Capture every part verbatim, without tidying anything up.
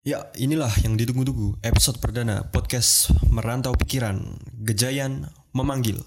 Ya, inilah yang ditunggu-tunggu, episode perdana podcast Merantau Pikiran, Gejayan Memanggil.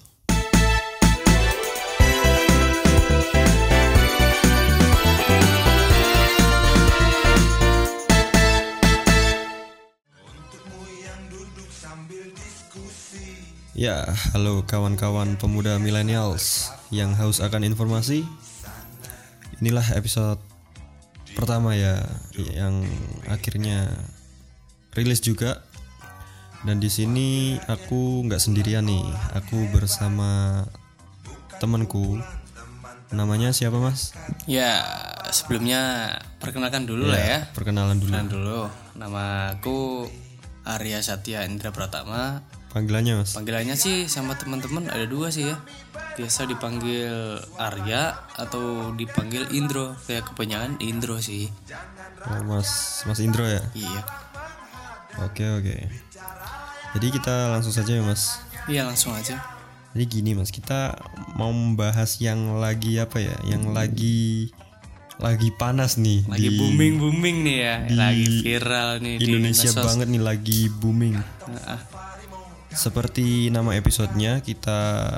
Ya, halo kawan-kawan pemuda millennials yang haus akan informasi. Inilah episode pertama ya yang akhirnya rilis juga. Dan di sini aku nggak sendirian nih, aku bersama temanku. Namanya siapa, Mas? Ya, sebelumnya perkenalkan dulu Ya, lah ya. perkenalan dulu. Perkenalan dulu. Nama aku Arya Satya Indra Pratama. Panggilannya, Mas? Panggilannya sih sama teman-teman ada dua sih ya. Biasa dipanggil Arya atau dipanggil Indro. Kayak kebanyakan Indro sih. Oh, Mas Mas Indro ya? Iya. Oke, oke. Jadi kita langsung saja ya, Mas. Iya, langsung aja. Jadi gini, Mas, kita mau membahas yang lagi apa ya? Yang lagi lagi panas nih, Lagi di booming-booming nih ya. di Lagi viral nih Indonesia di medsos. banget nih, lagi booming. Nah, Seperti nama episodenya, kita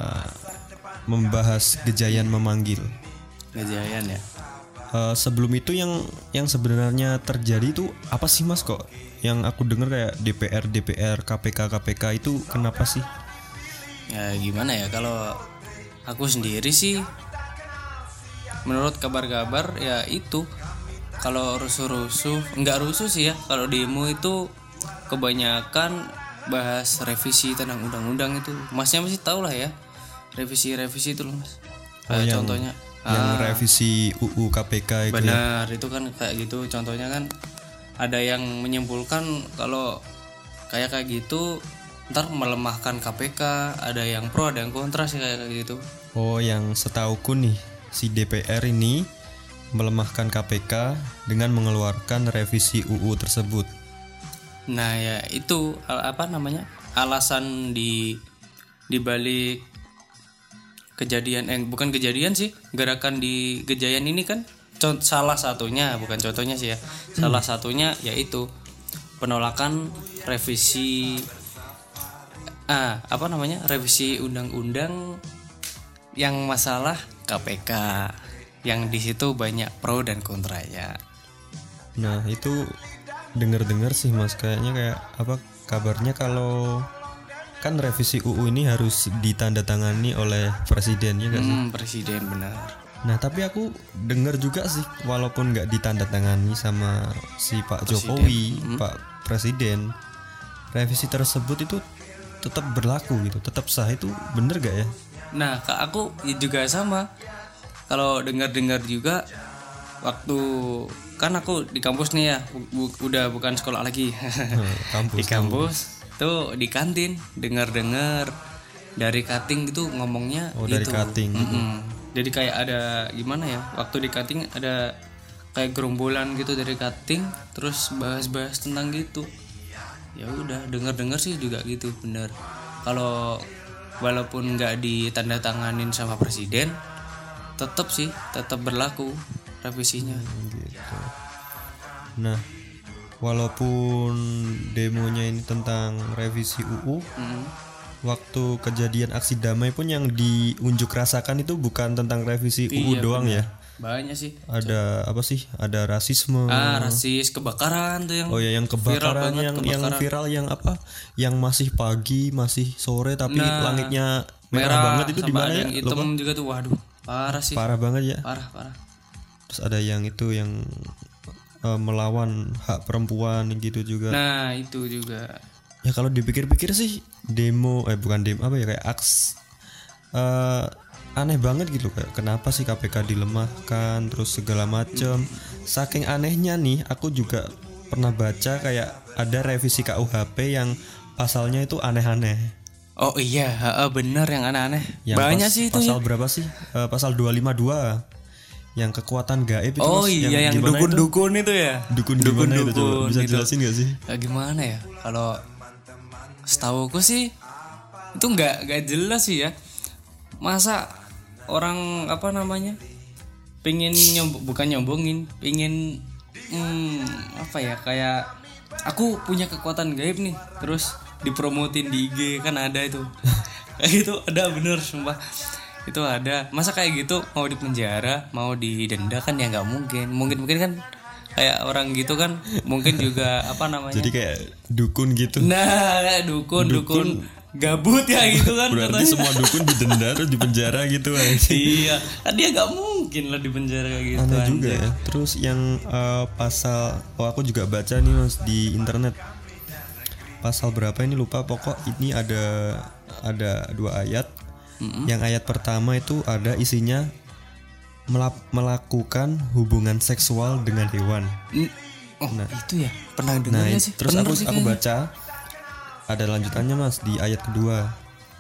membahas Gejayan Memanggil. Gejayan ya. Eh, sebelum itu yang yang sebenarnya terjadi itu apa sih, Mas? Kok yang aku dengar kayak D P R D P R K P K K P K itu kenapa sih? Ya gimana ya, kalau aku sendiri sih menurut kabar-kabar ya itu, kalau rusuh-rusuh, enggak rusuh sih ya, kalau demo itu kebanyakan bahas revisi tentang undang-undang itu. Masnya masih tahu lah ya, revisi-revisi itu loh, Mas. Oh, Kayak yang- contohnya Yang ah, revisi U U K P K itu ya? benar, itu kan kayak gitu. Contohnya kan ada yang menyimpulkan kalau kayak kayak gitu ntar melemahkan K P K. Ada yang pro, ada yang kontra sih kayak kayak gitu. Oh, yang setauku nih, si D P R ini melemahkan K P K dengan mengeluarkan revisi U U tersebut. Nah ya itu al- apa namanya, alasan di di balik kejadian eh bukan kejadian sih, gerakan di Gejayan ini kan con- salah satunya, bukan contohnya sih ya, salah satunya yaitu penolakan revisi ah apa namanya revisi undang-undang yang masalah K P K, yang di situ banyak pro dan kontranya. Nah, itu dengar-dengar sih, Mas, kayaknya kayak apa kabarnya kalau kan revisi U U ini harus ditandatangani oleh presiden, ya nggak sih? Hmm, presiden benar. Nah, tapi aku dengar juga sih, walaupun nggak ditandatangani sama si Pak Jokowi, Pak Presiden, revisi tersebut itu tetap berlaku gitu, tetap sah. Itu bener gak ya? Nah, Kak, aku juga sama. Kalau dengar-dengar juga waktu kan aku di kampus nih ya, bu- udah bukan sekolah lagi. Kampus. Di kampus tuh di kantin dengar-dengar dari cutting gitu ngomongnya Oh, dari gitu. cutting gitu. Mm-mm. Jadi kayak ada gimana ya? Waktu di cutting ada kayak gerombolan gitu dari cutting, terus bahas-bahas tentang gitu. Ya udah, dengar-dengar sih juga gitu, bener. Kalau walaupun nggak ditandatanganin sama presiden, tetap sih tetap berlaku revisinya. Gitu. Nah, walaupun demonya ini tentang revisi U U, Mm. waktu kejadian aksi damai pun yang diunjuk rasakan itu bukan tentang revisi U U Iya, doang ya. Banyak sih. Ada apa sih? Ada rasisme. Ah, rasis, kebakaran tuh yang Oh ya, yang viral kebakaran, banget, yang yang kebakaran. viral, yang apa? Yang masih pagi, masih sore, tapi Nah, langitnya merah, merah banget itu di sama mana ada ya? yang hitam Lupa. juga tuh, waduh, parah sih. Parah banget ya. Parah, parah. Terus ada yang itu yang eh, melawan hak perempuan gitu juga. Nah, itu juga. Ya kalau dipikir-pikir sih demo eh bukan demo apa ya kayak aks eh, aneh banget gitu, kayak kenapa sih K P K dilemahkan terus segala macem. Saking anehnya nih, aku juga pernah baca kayak ada revisi K U H P yang pasalnya itu aneh-aneh. Oh iya, heeh, bener yang aneh-aneh. Yang Banyak pas- sih itu pasal ya. berapa sih? Eh, pasal dua lima dua yang kekuatan gaib itu, Oh Mas. iya, yang gimana itu? dukun-dukun itu ya. Dukun gimana itu, coba Dukun-dukun bisa itu. jelasin gak sih? Ya, gimana ya? Kalau setauku sih itu nggak nggak jelas sih ya. Masa orang apa namanya pingin nyomb bukan nyombongin, pingin hmm, apa ya kayak aku punya kekuatan gaib nih, terus dipromotin di I G kan ada itu. Kayak gitu ada bener sumpah. Itu ada. Masa kayak gitu mau dipenjara, mau didenda kan ya nggak mungkin. Mungkin mungkin kan kayak orang gitu kan mungkin juga apa namanya? Jadi kayak dukun gitu. Nah, kayak dukun, dukun, dukun gabut ya gitu kan. Berarti katanya semua dukun didenda terus dipenjara gitu aja. Iya, kan dia nggak mungkin lah dipenjara kayak gitu. Aneh juga ya. Terus yang uh, pasal, oh aku juga baca nih mas di internet. Pasal berapa ini lupa, pokok ini ada ada dua ayat. Mm-hmm. Yang ayat pertama itu ada isinya melap- melakukan hubungan seksual dengan hewan. Oh nah, itu ya pernah dengarnya nah, sih. Terus aku aku baca ada lanjutannya mas di ayat kedua.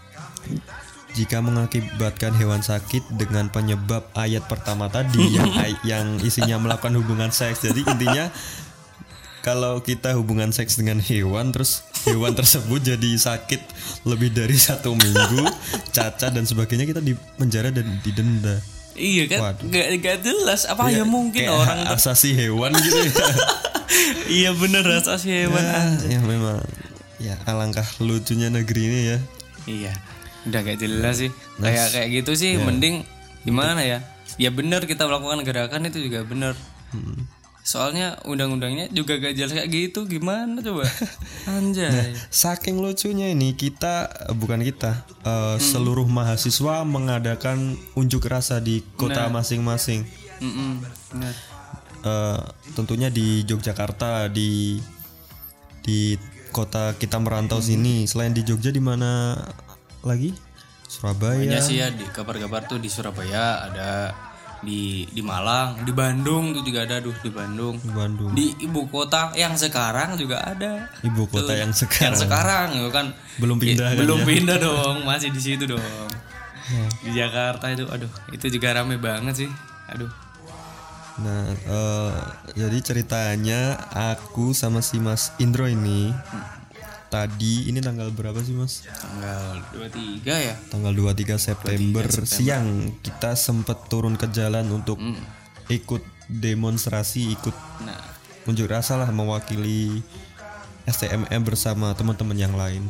Jika mengakibatkan hewan sakit dengan penyebab ayat pertama tadi yang yang isinya melakukan hubungan seks. Jadi intinya kalau kita hubungan seks dengan hewan terus hewan tersebut jadi sakit lebih dari satu minggu, cacat dan sebagainya, kita di penjara dan didenda. Iya kan, gak, gak jelas apa ya, ya mungkin orang ha- asasi hewan gitu ya. Iya bener asasi hewan. Ya, ya memang ya alangkah lucunya negeri ini ya. Iya, udah gak jelas sih. Nah, kayak kayak gitu sih ya. Mending gimana ya? Ya bener kita melakukan gerakan itu juga bener. Hmm. Soalnya undang-undangnya juga gak jelas kayak gitu, gimana coba? Anjay. Nah, saking lucunya ini kita bukan kita uh, hmm. seluruh mahasiswa mengadakan unjuk rasa di kota nah. masing-masing. Nah. Uh, tentunya di Yogyakarta, di di kota kita merantau hmm. sini. Selain di Jogja di mana lagi? Surabaya. Banyak sih ya, di kabar-kabar tuh di Surabaya ada. di di Malang, di Bandung tuh juga ada, duh di Bandung. Di Bandung. Di ibu kota yang sekarang juga ada. Ibu kota tuh, yang sekarang. Yang sekarang ya kan. Belum pindah ya, kan. Belum ya? pindah dong, masih di situ dong. Hmm. Di Jakarta itu, aduh, itu juga rame banget sih. Aduh. Nah, uh, jadi ceritanya aku sama si Mas Indro ini hmm. tadi ini tanggal berapa sih mas? Tanggal dua puluh tiga ya. Tanggal dua puluh tiga September, dua puluh tiga September siang kita sempet turun ke jalan untuk mm. ikut demonstrasi, ikut nah. unjuk rasa lah mewakili S T M M bersama teman-teman yang lain.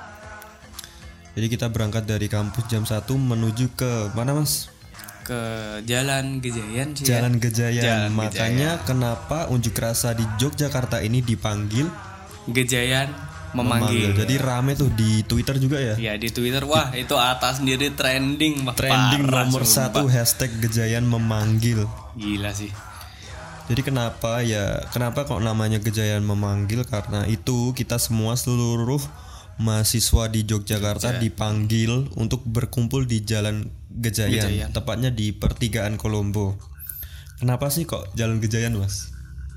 Jadi kita berangkat dari kampus jam satu menuju ke mana mas? Ke Jalan Gejayan sih. Jalan ya? Gejayan. Jalan Makanya Gejayan. Kenapa unjuk rasa di Yogyakarta ini dipanggil Gejayan Memanggil. Memanggil. Jadi rame tuh di Twitter juga ya. Iya di Twitter, wah itu atas sendiri trending. Trending nomor sumpah. Satu hashtag Gejayan Memanggil. Gila sih. Jadi kenapa ya? Kenapa kok namanya Gejayan Memanggil? Karena itu kita semua seluruh mahasiswa di Yogyakarta Jogja. dipanggil untuk berkumpul di Jalan Gejayan, Gejayan. Tepatnya di Pertigaan Kolombo. Kenapa sih kok Jalan Gejayan mas?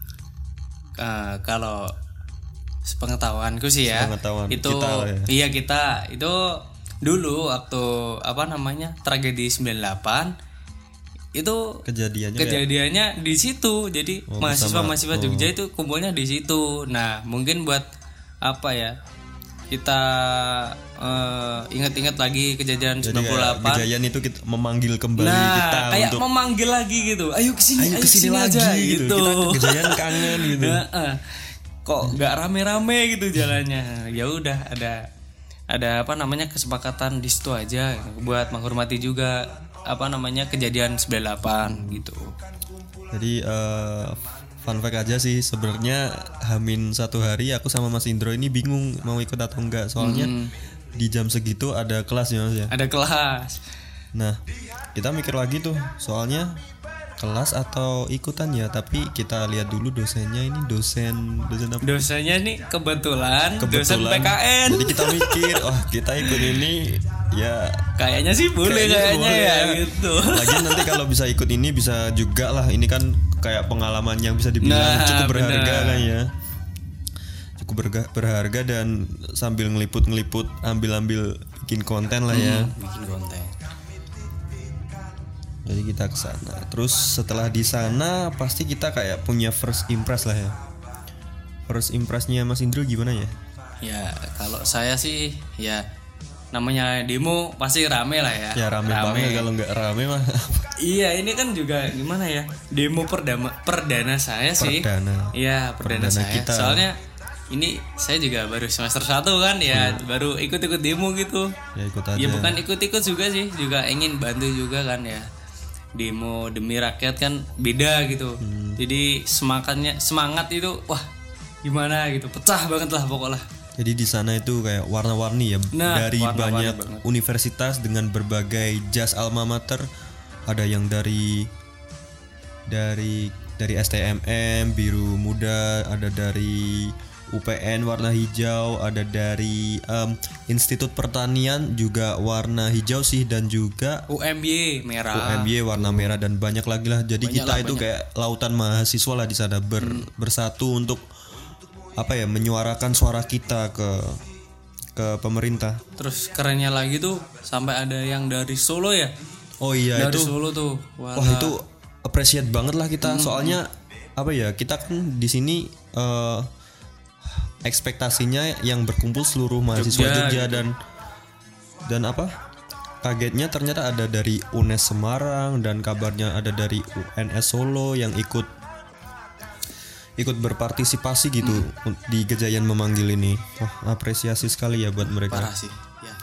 Uh, kalau sepengetahuanku sih ya Sepengetahuan itu kita ya. Iya kita itu dulu waktu apa namanya tragedi sembilan puluh delapan itu kejadiannya kejadiannya ya? Di situ. Jadi oh, mahasiswa mahasiswa Jogja oh. itu kumpulnya di situ. Nah mungkin buat apa ya kita uh, ingat-ingat lagi kejadian jadi sembilan puluh delapan. Gejayan itu kita memanggil kembali nah, kita kayak untuk memanggil lagi gitu. Ayo kesini, ayo kesini, ayo kesini lagi gitu. gitu. Kita Gejayan kangen gitu. Nah, uh. Kok nggak rame-rame gitu jalannya. Ya udah ada ada apa namanya kesepakatan di situ aja buat menghormati juga apa namanya kejadian sembilan puluh delapan gitu. Jadi uh, fun fact aja sih sebenarnya Hamin satu hari aku sama Mas Indro ini bingung mau ikut atau enggak soalnya hmm. di jam segitu ada kelas ya Mas ya. Ada kelas. Nah kita mikir lagi tuh soalnya kelas atau ikutan ya, tapi kita lihat dulu dosennya ini dosen dosen apa? Dosennya nih kebetulan, kebetulan dosen P K N. Jadi kita mikir, oh kita ikut ini ya kayaknya sih boleh kayaknya, kayaknya boleh, ya gitu. Lagian nanti kalau bisa ikut ini bisa juga lah, ini kan kayak pengalaman yang bisa dibilang nah, cukup berharga bener. Kan ya. Cukup berga, berharga dan sambil ngeliput-ngeliput ambil-ambil bikin konten lah ya. Hmm, bikin konten. Jadi kita ke sana. Terus setelah di sana pasti kita kayak punya first impress lah ya. First impressnya Mas Indro gimana ya? Ya kalau saya sih ya namanya demo pasti rame lah ya. Ya rame, rame. banget, kalau nggak rame mah. Iya ini kan juga gimana ya, demo perdana perdana saya sih. Perdana. Iya perdana, perdana saya. Kita. Soalnya ini saya juga baru semester satu kan ya, hmm. baru ikut-ikut demo gitu. Ya ikut aja. Ya bukan ikut-ikut juga sih, juga ingin bantu juga kan ya. Demo demi rakyat kan beda gitu. Hmm. Jadi semangatnya semangat itu wah gimana gitu, pecah banget lah pokoknya. Jadi di sana itu kayak warna-warni ya, nah, dari warna-warni banyak banget. Universitas dengan berbagai jas alma mater. Ada yang dari dari dari S T M M biru muda, ada dari U P N warna hijau, ada dari um, Institut Pertanian juga warna hijau sih, dan juga U M Y merah. U M Y warna merah dan banyak lagi lah. Jadi banyak kita lah, itu banyak. Kayak lautan mahasiswa lah di sana ber, hmm. bersatu untuk apa ya, menyuarakan suara kita ke ke pemerintah. Terus kerennya lagi tuh sampai ada yang dari Solo ya. Oh iya, dari itu Solo tuh. Wala. Wah itu appreciate banget lah kita. Hmm. Soalnya apa ya, kita kan di sini uh, ekspektasinya yang berkumpul seluruh mahasiswa Jogja, Jogja gitu. dan dan apa? Kagetnya ternyata ada dari U N E S Semarang dan kabarnya ada dari U N S Solo yang ikut ikut berpartisipasi gitu hmm. di Gejayan memanggil ini. Wah, apresiasi sekali ya buat mereka. Parah sih, ya.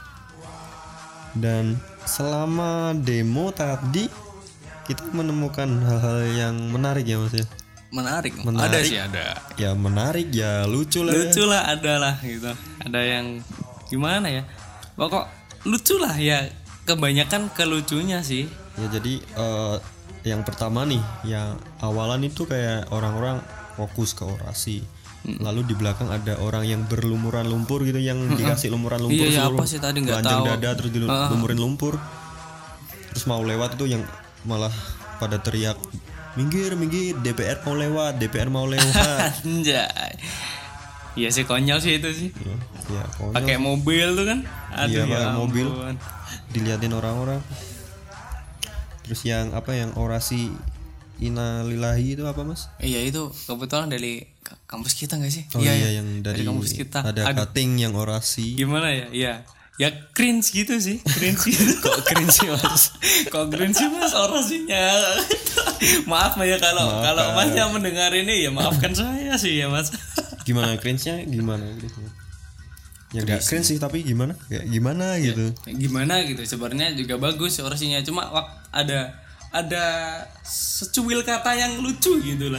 Dan selama demo tadi kita menemukan hal-hal yang menarik ya Mas ya. Menarik. menarik. Ada sih ada. Ya menarik ya, lucu lah. Lucu ya. lah ada lah gitu. Ada yang gimana ya? Pokok lucu lah ya. Kebanyakan kelucunya sih. Ya jadi uh, yang pertama nih, yang awalan itu kayak orang-orang fokus ke orasi. Hmm. Lalu di belakang ada orang yang berlumuran lumpur gitu, yang dikasih lumuran lumpur iya, seluruh apa sih tadi nggak telanjang tahu. dada terus dilumurin uh. lumpur. Terus mau lewat itu yang malah pada teriak minggir minggir, D P R mau lewat, D P R mau lewat. Anjay. Iya sih konyol sih itu sih. Ya, ya konyol. Pakai mobil tuh kan? Iya, pakai ya mobil. Diliatin orang-orang. Terus yang apa yang orasi innalillahi itu apa Mas? Iya itu kebetulan dari kampus kita nggak sih? Oh iya, iya yang dari, dari kampus kita. Ada Aduh. Cutting yang orasi. Gimana ya? Iya. Ya cringe gitu sih, cringe gitu. Kok cringe sih Mas? Kok cringe sih Mas orasinya? Maaf ya kalau maaf, kalau Masnya mendengar ini ya maafkan saya sih ya Mas. Gimana cringe-nya? Gimana cringe-nya? Ya nggak cringe sih, tapi gimana? Kayak gimana gitu? Ya, gimana gitu? Sebenarnya juga bagus orasinya, cuma ada ada secuil kata yang lucu gitulah.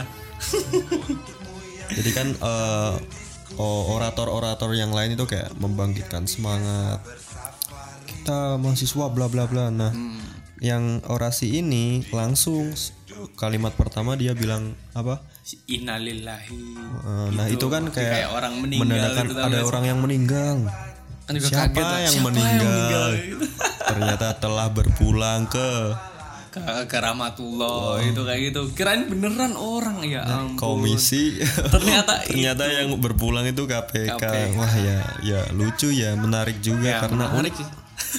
Jadi kan uh, orator-orator yang lain itu kayak membangkitkan semangat kita mahasiswa bla bla bla. Nah, hmm. yang orasi ini langsung kalimat pertama dia bilang apa? Innalillahi. Uh, nah itu, itu kan kayak, kayak orang meninggal, menandakan gitu, ada orang yang meninggal. Kan juga siapa, kaget, yang siapa meninggal? yang meninggal gitu. Ternyata telah berpulang ke ke, ke rahmatullah. Wow. Itu kayak gitu. Kirain beneran orang ya nah, ampun. Komisi. Ternyata ternyata itu. Yang berpulang itu K P K. K P K. Wah ya, ya lucu ya, menarik juga ya, karena menarik. unik.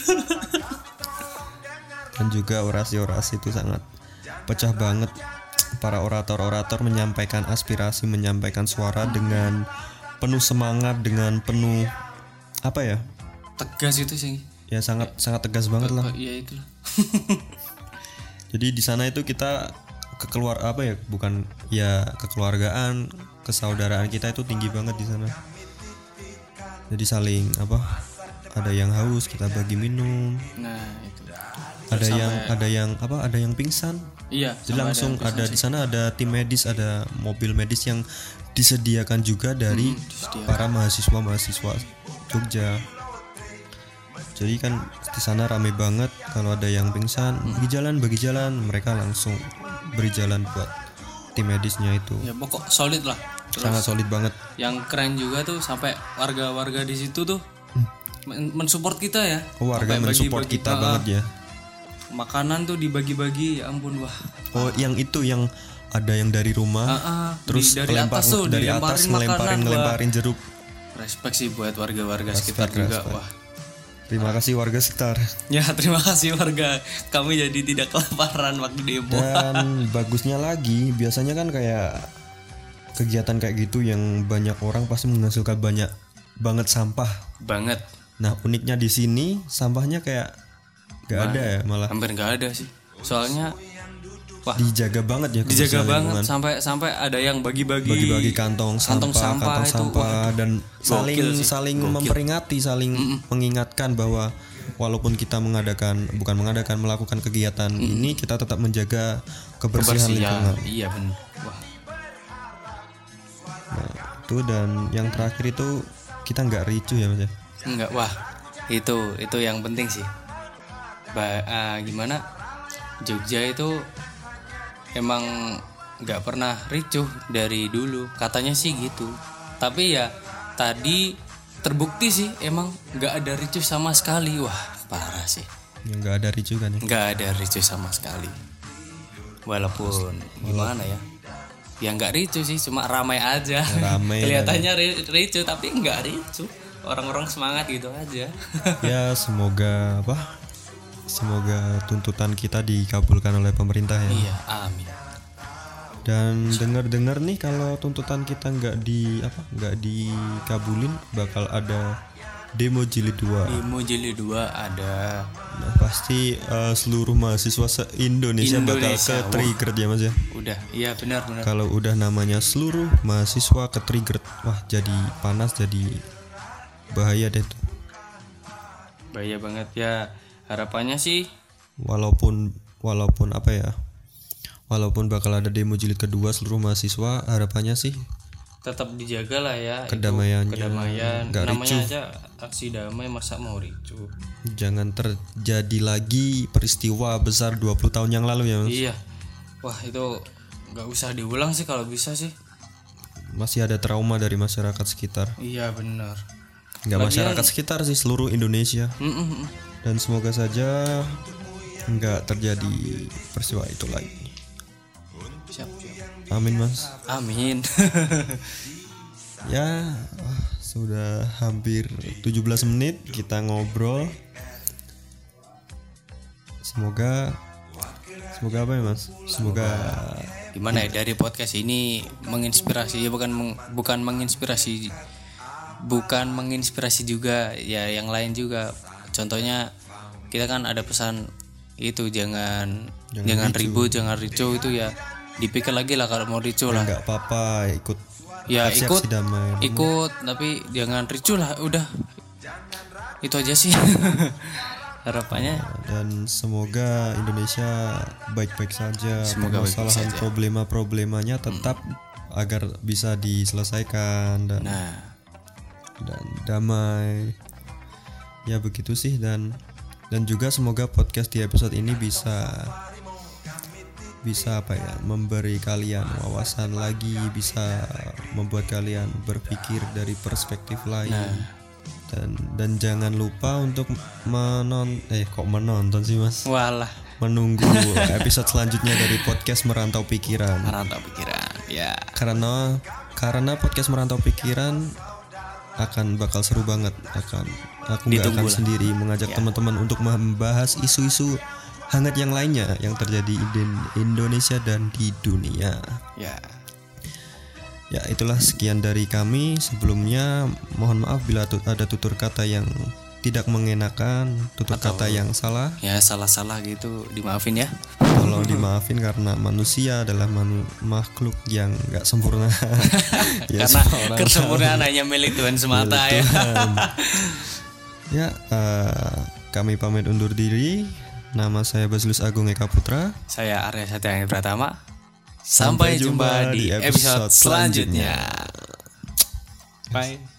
Dan juga orasi-orasi itu sangat pecah banget. Para orator-orator menyampaikan aspirasi, menyampaikan suara dengan penuh semangat, dengan penuh apa ya? Tegas itu sih. Ya sangat ya. sangat tegas banget lah. Iya itulah. Jadi di sana itu kita kekeluar apa ya? Bukan ya kekeluargaan, kesaudaraan kita itu tinggi banget di sana. Jadi saling apa? Ada yang haus kita bagi minum. Nah itu. Ada sampai yang ada yang apa? Ada yang pingsan. Iya. Jadi langsung ada, ada di sana ada tim medis, ada mobil medis yang disediakan juga dari hmm, para mahasiswa-mahasiswa Jogja. Jadi kan di sana rame banget, kalau ada yang pingsan, hmm. bagi jalan, bagi jalan, mereka langsung beri jalan buat tim medisnya itu. Ya pokok solid lah. Terus sangat solid banget. Yang keren juga tuh sampai warga-warga di situ tuh hmm. mensupport kita ya. Oh, warga mensupport kita, kita banget ya. Makanan tuh dibagi-bagi, ya ampun wah. Oh, yang itu yang ada yang dari rumah, uh, uh, terus di, dari kelempar, atas tuh, dari atas ngelemparin ngelemparin jeruk. Respect sih buat warga-warga sekitar juga, wah. Terima kasih warga sekitar. Ya terima kasih warga, kami jadi tidak kelaparan waktu demo. Dan bagusnya lagi, biasanya kan kayak kegiatan kayak gitu yang banyak orang pasti menghasilkan banyak banget sampah. Banget. Nah uniknya di sini sampahnya kayak gak nah, ada ya malah. Hampir gak ada sih. Soalnya wah dijaga banget ya dijaga kebersihan banget lingkungan. sampai sampai ada yang bagi-bagi Bagi-bagi kantong, kantong sampah, sampah kantong itu, sampah waduh, dan saling gokil sih, saling gokil. memperingati, saling mengingatkan bahwa walaupun kita mengadakan bukan mengadakan melakukan kegiatan ini kita tetap menjaga kebersihan lingkungan. Iya benar. Wah. Nah, itu dan yang terakhir itu kita nggak ricuh ya Mas ya. Enggak, wah itu itu yang penting sih. Ba ah, gimana Jogja itu emang nggak pernah ricuh dari dulu katanya sih gitu. Tapi ya tadi terbukti sih emang nggak ada ricuh sama sekali. Wah parah sih. Ya, nggak ada ricuh kan ya. Nggak ada ricuh sama sekali. Walaupun gimana ya? Ya nggak ricuh sih, cuma ramai aja. Ramai. Kelihatannya ri- ricuh tapi nggak ricuh. Orang-orang semangat gitu aja. Ya semoga apa? Semoga tuntutan kita dikabulkan oleh pemerintah ya. Iya, amin. Dan dengar-dengar nih kalau tuntutan kita nggak di apa? Nggak dikabulin bakal ada demo jilid dua. Demo jilid dua ada. Nah, pasti uh, seluruh mahasiswa se-Indonesia bakal Indonesia, ke-trigger ya Mas ya. Udah, iya benar benar. Kalau udah namanya seluruh mahasiswa ke-trigger, wah jadi panas, jadi bahaya deh tuh. Bahaya banget ya. Harapannya sih Walaupun walaupun apa ya? Walaupun bakal ada demo jilid kedua seluruh mahasiswa, harapannya sih tetap dijaga lah ya. itu, Kedamaiannya, kedamaian. nggak Namanya ricuh. aja aksi damai, masa mau ricuh. jangan terjadi lagi peristiwa besar dua puluh tahun yang lalu ya Mas. Iya. Wah, itu nggak usah diulang sih kalau bisa sih. Masih ada trauma dari masyarakat sekitar. Iya benar. Nggak masyarakat sekitar sih, seluruh Indonesia. Mm-mm. Dan semoga saja nggak terjadi peristiwa itu lagi. Siap, siap. Amin Mas. Amin. Ya ah, sudah hampir tujuh belas menit kita ngobrol. Semoga Semoga apa ya Mas? Semoga Gimana ya, dari podcast ini menginspirasi ya, bukan meng- bukan menginspirasi bukan menginspirasi juga ya yang lain juga. Contohnya kita kan ada pesan itu jangan Jangan jangan, ricuh. ribut, jangan ricuh itu ya. Dipikir lagi lah kalau mau ricuh lah. nggak apa-apa ikut Ya aksi-aksi ikut damai. ikut tapi jangan ricuh lah, udah. Itu aja sih. Harapannya Dan semoga Indonesia baik-baik saja. Semoga baik-baik Permasalahan saja. problema-problemanya tetap agar bisa diselesaikan dan nah, dan damai. Ya begitu sih, dan dan juga semoga podcast di episode ini bisa bisa apa ya, memberi kalian wawasan lagi, bisa membuat kalian berpikir dari perspektif lain. Dan dan jangan lupa untuk menon eh kok menonton sih Mas? walah, Menunggu episode selanjutnya dari podcast Merantau Pikiran. merantau pikiran. Ya. Karena karena podcast Merantau Pikiran akan bakal seru banget, akan aku nggak Ditunggu akan lah. sendiri mengajak teman-teman untuk membahas isu-isu hangat yang lainnya yang terjadi di Indonesia dan di dunia. Ya. Ya itulah sekian dari kami. Sebelumnya mohon maaf bila tu- ada tutur kata yang tidak mengenakan, tutur Atau- kata yang salah. Ya salah-salah gitu dimaafin ya. Tolong dimaafin karena manusia adalah manu- makhluk yang nggak sempurna. Ya, Karena semua orang kesempurnaan hanya milik Tuhan semata ya. Tuhan. Ya, eh, kami pamit undur diri. Nama saya Basilius Agung Eka Putra. Saya Arya Satyani Pratama. Sampai Sampai jumpa jumpa di di episode episode selanjutnya. selanjutnya. Bye.